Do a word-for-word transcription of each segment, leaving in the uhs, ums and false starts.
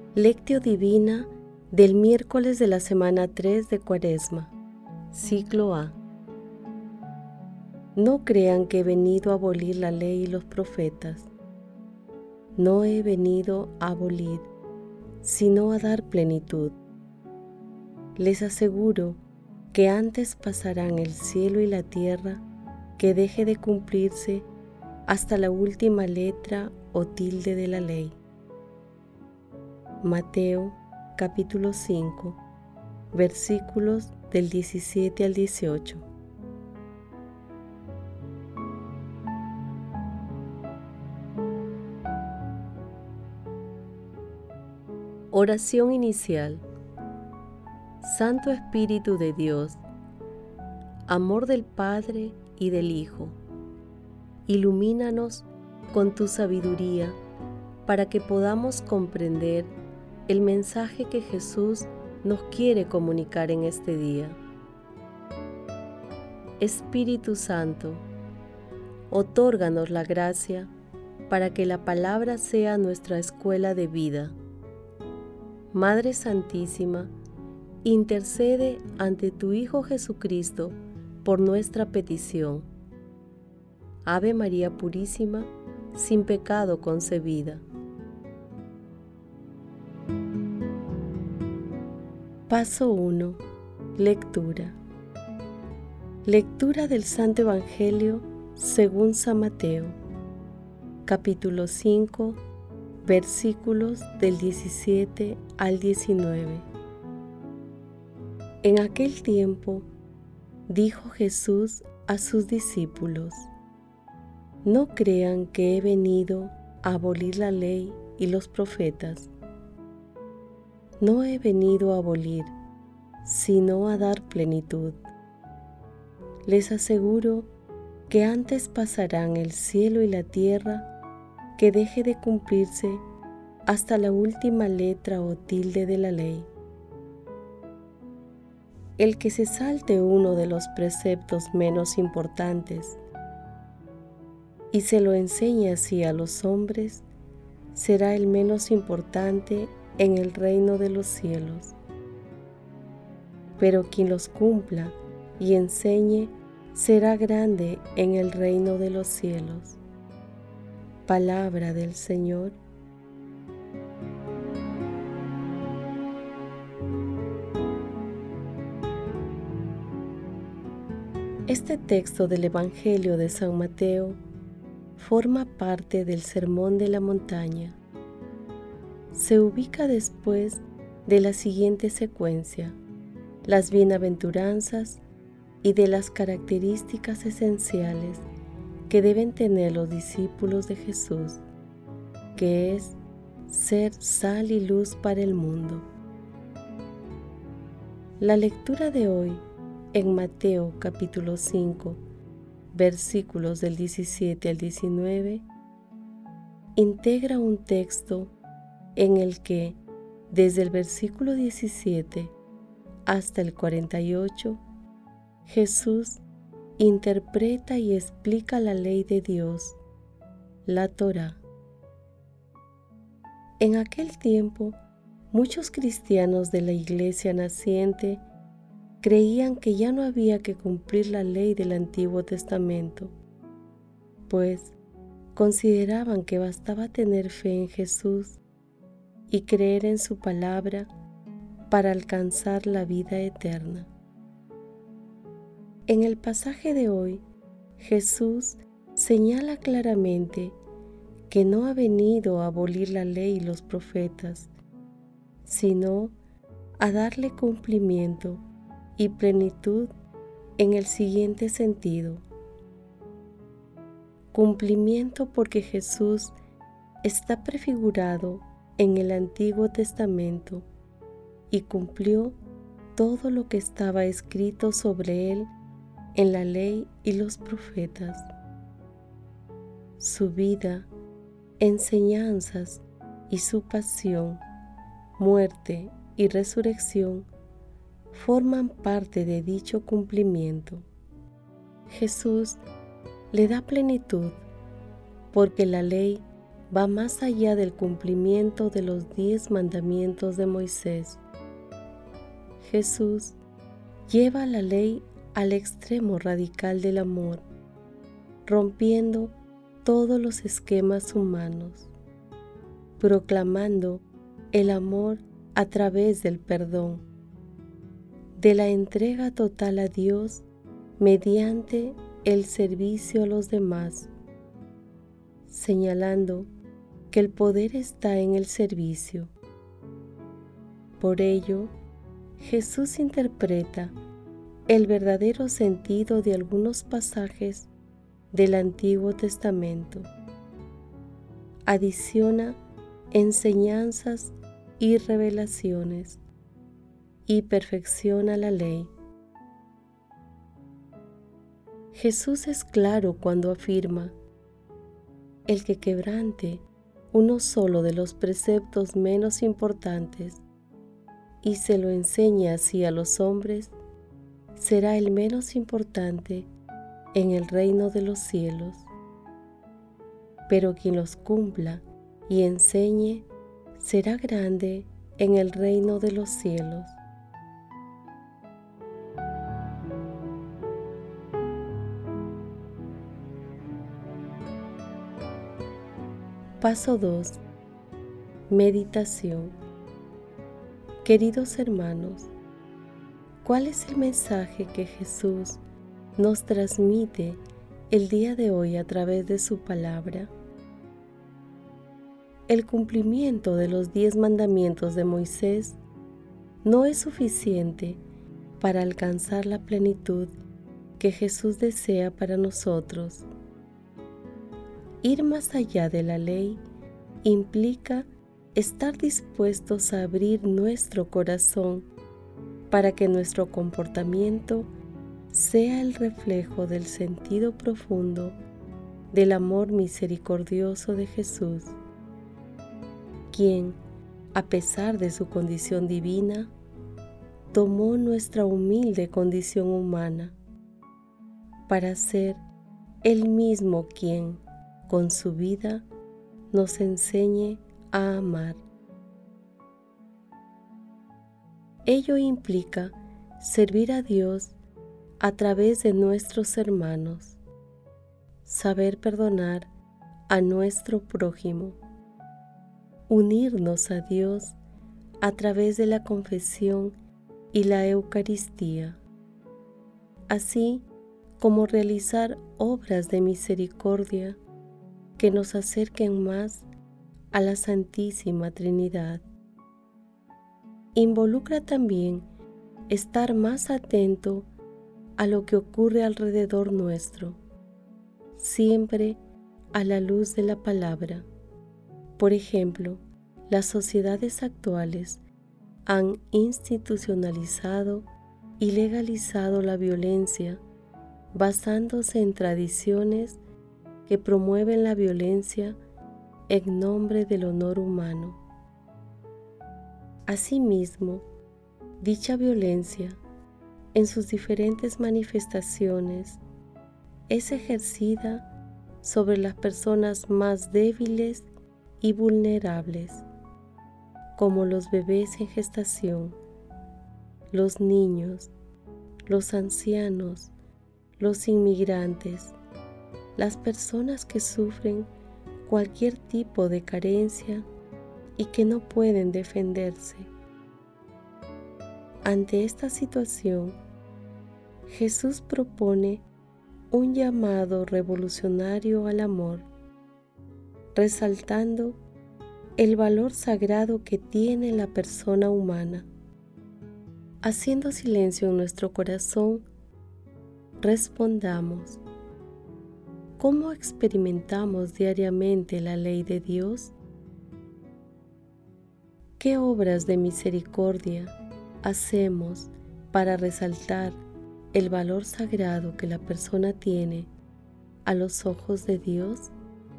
Lectio Divina del miércoles de la semana tres de Cuaresma, ciclo A. No crean que he venido a abolir la ley y los profetas. No he venido a abolir, sino a dar plenitud. Les aseguro que antes pasarán el cielo y la tierra que deje de cumplirse hasta la última letra o tilde de la ley. Mateo capítulo cinco, versículos del diecisiete al dieciocho. Oración inicial. Santo Espíritu de Dios, amor del Padre y del Hijo, ilumínanos con tu sabiduría para que podamos comprender el mensaje que Jesús nos quiere comunicar en este día. Espíritu Santo, otórganos la gracia para que la palabra sea nuestra escuela de vida. Madre Santísima, intercede ante tu Hijo Jesucristo por nuestra petición. Ave María Purísima, sin pecado concebida. Paso uno. Lectura. Lectura del Santo Evangelio según San Mateo, capítulo cinco, versículos del diecisiete al diecinueve. En aquel tiempo, dijo Jesús a sus discípulos: No crean que he venido a abolir la ley y los profetas. No he venido a abolir, sino a dar plenitud. Les aseguro que antes pasarán el cielo y la tierra que deje de cumplirse hasta la última letra o tilde de la ley. El que se salte uno de los preceptos menos importantes y se lo enseñe así a los hombres, será el menos importante en el reino de los cielos. Pero quien los cumpla y enseñe será grande en el reino de los cielos. Palabra del Señor. Este texto del Evangelio de San Mateo forma parte del Sermón de la Montaña. Se ubica después de la siguiente secuencia: las bienaventuranzas y de las características esenciales que deben tener los discípulos de Jesús, que es ser sal y luz para el mundo. La lectura de hoy en Mateo capítulo cinco, versículos del diecisiete al diecinueve, integra un texto en el que, desde el versículo diecisiete hasta el cuarenta y ocho, Jesús interpreta y explica la ley de Dios, la Torá. En aquel tiempo, muchos cristianos de la iglesia naciente creían que ya no había que cumplir la ley del Antiguo Testamento, pues consideraban que bastaba tener fe en Jesús y creer en su palabra para alcanzar la vida eterna. En el pasaje de hoy, Jesús señala claramente que no ha venido a abolir la ley y los profetas, sino a darle cumplimiento y plenitud en el siguiente sentido. Cumplimiento porque Jesús está prefigurado en el Antiguo Testamento y cumplió todo lo que estaba escrito sobre él en la ley y los profetas. Su vida, enseñanzas y su pasión, muerte y resurrección forman parte de dicho cumplimiento. Jesús le da plenitud porque la ley va más allá del cumplimiento de los diez mandamientos de Moisés. Jesús lleva la ley al extremo radical del amor, rompiendo todos los esquemas humanos, proclamando el amor a través del perdón, de la entrega total a Dios mediante el servicio a los demás, señalando que el poder está en el servicio. Por ello, Jesús interpreta el verdadero sentido de algunos pasajes del Antiguo Testamento. Adiciona enseñanzas y revelaciones y perfecciona la ley. Jesús es claro cuando afirma: el que quebrante uno solo de los preceptos menos importantes y se lo enseña así a los hombres, será el menos importante en el reino de los cielos. Pero quien los cumpla y enseñe será grande en el reino de los cielos. Paso dos. Meditación. Queridos hermanos, ¿cuál es el mensaje que Jesús nos transmite el día de hoy a través de su palabra? El cumplimiento de los diez mandamientos de Moisés no es suficiente para alcanzar la plenitud que Jesús desea para nosotros. Ir más allá de la ley implica estar dispuestos a abrir nuestro corazón para que nuestro comportamiento sea el reflejo del sentido profundo del amor misericordioso de Jesús, quien, a pesar de su condición divina, tomó nuestra humilde condición humana para ser Él mismo quien, con su vida, nos enseñe a amar. Ello implica servir a Dios a través de nuestros hermanos, saber perdonar a nuestro prójimo, unirnos a Dios a través de la confesión y la Eucaristía, así como realizar obras de misericordia que nos acerquen más a la Santísima Trinidad. Involucra también estar más atento a lo que ocurre alrededor nuestro, siempre a la luz de la palabra. Por ejemplo, las sociedades actuales han institucionalizado y legalizado la violencia basándose en tradiciones que promueven la violencia en nombre del honor humano. Asimismo, dicha violencia, en sus diferentes manifestaciones, es ejercida sobre las personas más débiles y vulnerables, como los bebés en gestación, los niños, los ancianos, los inmigrantes, las personas que sufren cualquier tipo de carencia y que no pueden defenderse. Ante esta situación, Jesús propone un llamado revolucionario al amor, resaltando el valor sagrado que tiene la persona humana. Haciendo silencio en nuestro corazón, respondamos: ¿cómo experimentamos diariamente la ley de Dios? ¿Qué obras de misericordia hacemos para resaltar el valor sagrado que la persona tiene a los ojos de Dios?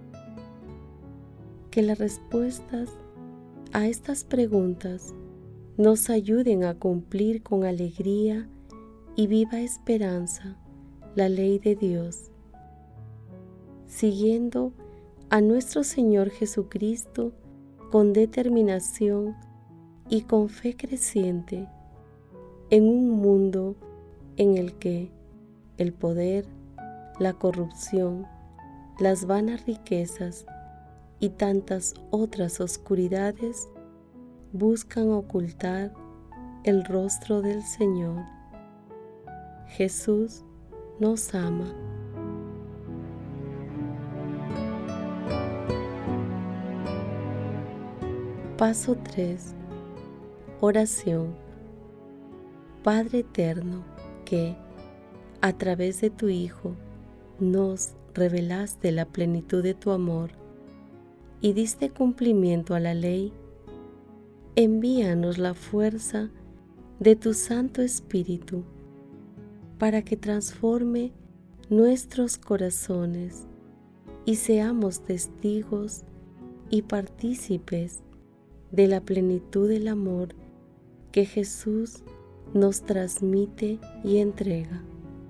Que las respuestas a estas preguntas nos ayuden a cumplir con alegría y viva esperanza la ley de Dios, siguiendo a nuestro Señor Jesucristo con determinación y con fe creciente en un mundo en el que el poder, la corrupción, las vanas riquezas y tantas otras oscuridades buscan ocultar el rostro del Señor. Jesús nos ama. Paso tres. Oración. Padre eterno, que, a través de tu Hijo, nos revelaste la plenitud de tu amor y diste cumplimiento a la ley, envíanos la fuerza de tu Santo Espíritu para que transforme nuestros corazones y seamos testigos y partícipes de la plenitud del amor que Jesús nos transmite y entrega.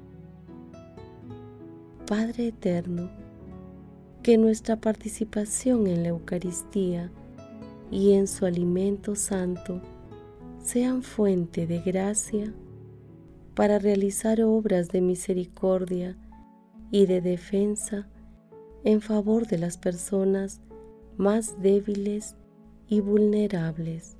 Padre eterno, que nuestra participación en la Eucaristía y en su alimento santo sean fuente de gracia para realizar obras de misericordia y de defensa en favor de las personas más débiles y vulnerables.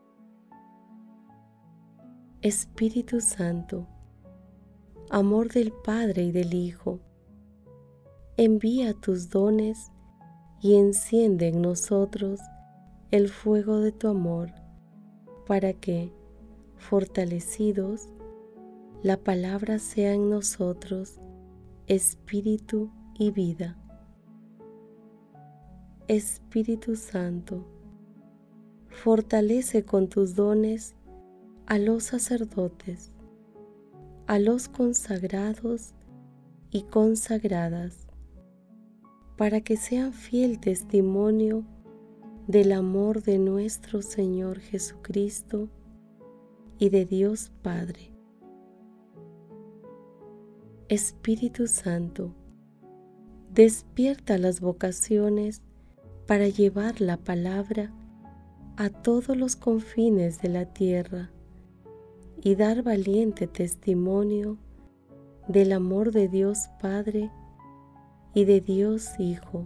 Espíritu Santo, amor del Padre y del Hijo, envía tus dones y enciende en nosotros el fuego de tu amor, para que, fortalecidos, la palabra sea en nosotros espíritu y vida. Espíritu Santo, fortalece con tus dones a los sacerdotes, a los consagrados y consagradas, para que sean fiel testimonio del amor de nuestro Señor Jesucristo y de Dios Padre. Espíritu Santo, despierta las vocaciones para llevar la palabra a todos los confines de la tierra y dar valiente testimonio del amor de Dios Padre y de Dios Hijo.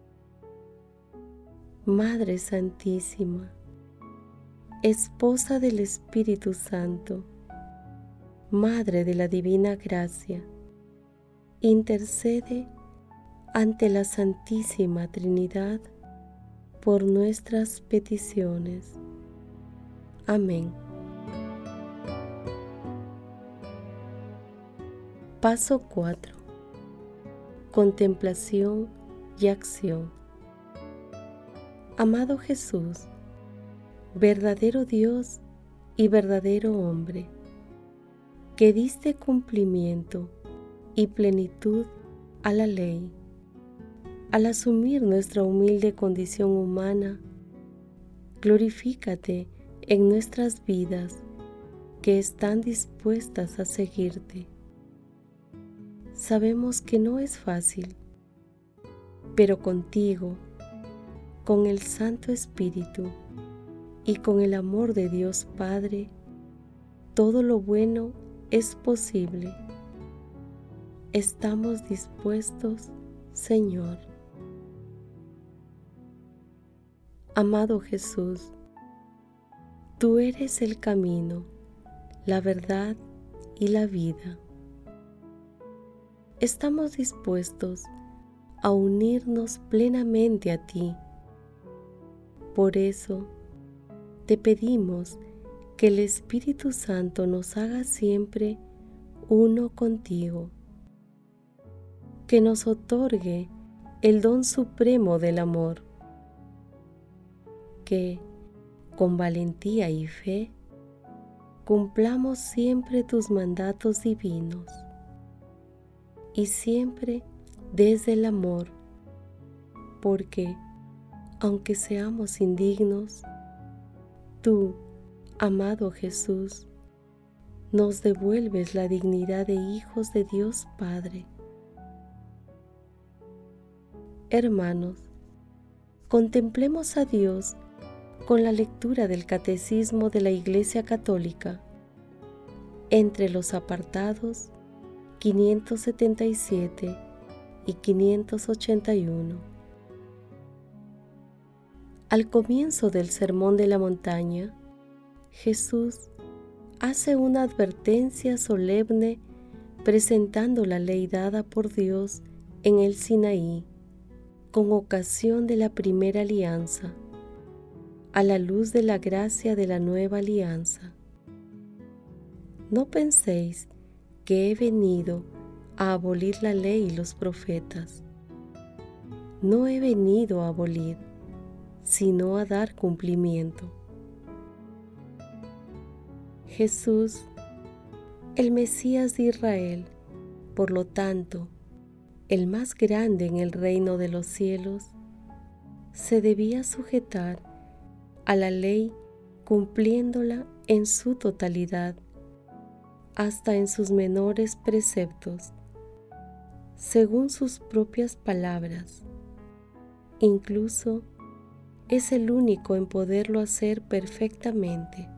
Madre Santísima, Esposa del Espíritu Santo, Madre de la Divina Gracia, intercede ante la Santísima Trinidad por nuestras peticiones. Amén. Paso cuatro. Contemplación y acción. Amado Jesús, verdadero Dios y verdadero hombre, que diste cumplimiento y plenitud a la ley, al asumir nuestra humilde condición humana, glorifícate en nuestras vidas que están dispuestas a seguirte. Sabemos que no es fácil, pero contigo, con el Santo Espíritu y con el amor de Dios Padre, todo lo bueno es posible. Estamos dispuestos, Señor. Amado Jesús, tú eres el camino, la verdad y la vida. Estamos dispuestos a unirnos plenamente a ti. Por eso, te pedimos que el Espíritu Santo nos haga siempre uno contigo, que nos otorgue el don supremo del amor, que, con valentía y fe, cumplamos siempre tus mandatos divinos, y siempre desde el amor, porque, aunque seamos indignos, tú, amado Jesús, nos devuelves la dignidad de hijos de Dios Padre. Hermanos, contemplemos a Dios con la lectura del Catecismo de la Iglesia Católica, entre los apartados quinientos setenta y siete y quinientos ochenta y uno. Al comienzo del Sermón de la Montaña, Jesús hace una advertencia solemne presentando la ley dada por Dios en el Sinaí, con ocasión de la primera alianza, a la luz de la gracia de la nueva alianza. No penséis que he venido a abolir la ley y los profetas. No he venido a abolir, sino a dar cumplimiento. Jesús, el Mesías de Israel, por lo tanto, el más grande en el reino de los cielos, se debía sujetar a la ley cumpliéndola en su totalidad, hasta en sus menores preceptos, según sus propias palabras. Incluso es el único en poderlo hacer perfectamente.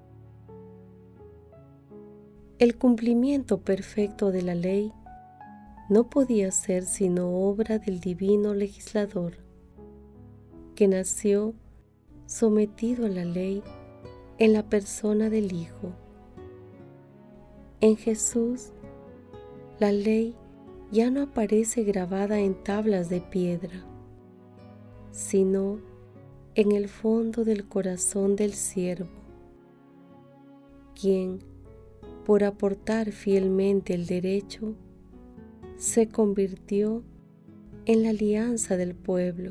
El cumplimiento perfecto de la ley no podía ser sino obra del divino legislador, que nació sometido a la ley en la persona del Hijo. En Jesús, la ley ya no aparece grabada en tablas de piedra, sino en el fondo del corazón del siervo, quien, por aportar fielmente el derecho, se convirtió en la alianza del pueblo.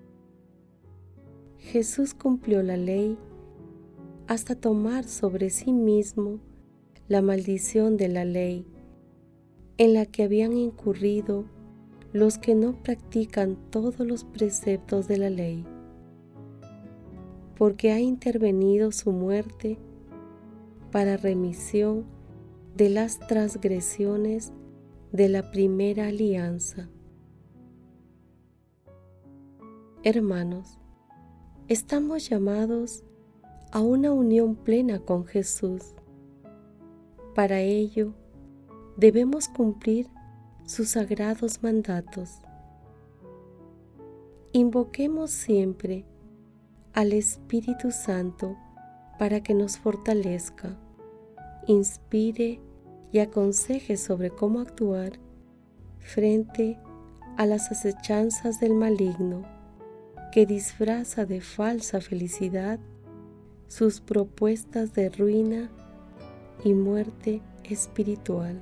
Jesús cumplió la ley hasta tomar sobre sí mismo la maldición de la ley, en la que habían incurrido los que no practican todos los preceptos de la ley, porque ha intervenido su muerte para remisión de las transgresiones de la primera alianza. Hermanos, estamos llamados a una unión plena con Jesús. Para ello, debemos cumplir sus sagrados mandatos. Invoquemos siempre al Espíritu Santo para que nos fortalezca, inspire y aconseje sobre cómo actuar frente a las acechanzas del maligno, que disfraza de falsa felicidad sus propuestas de ruina y muerte espiritual.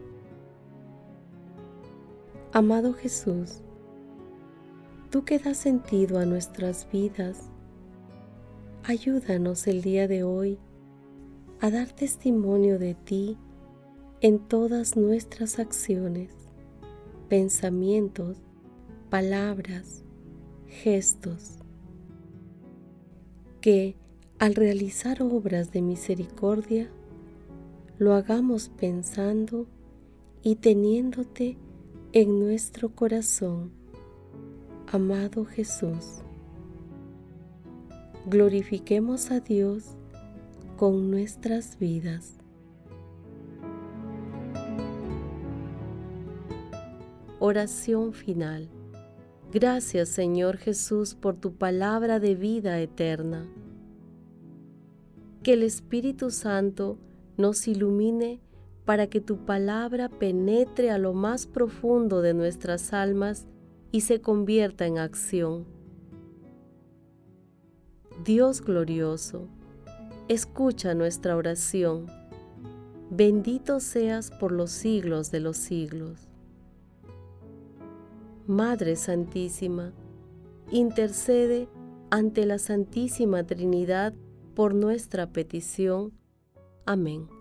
Amado Jesús, tú que das sentido a nuestras vidas, ayúdanos el día de hoy a dar testimonio de ti en todas nuestras acciones, pensamientos, palabras, gestos, que al realizar obras de misericordia, lo hagamos pensando y teniéndote en nuestro corazón, amado Jesús. Glorifiquemos a Dios con nuestras vidas. Oración final. Gracias, Señor Jesús, por tu palabra de vida eterna. Que el Espíritu Santo nos ilumine para que tu palabra penetre a lo más profundo de nuestras almas y se convierta en acción. Dios glorioso, escucha nuestra oración. Bendito seas por los siglos de los siglos. Madre Santísima, intercede ante la Santísima Trinidad por nuestra petición. Amén.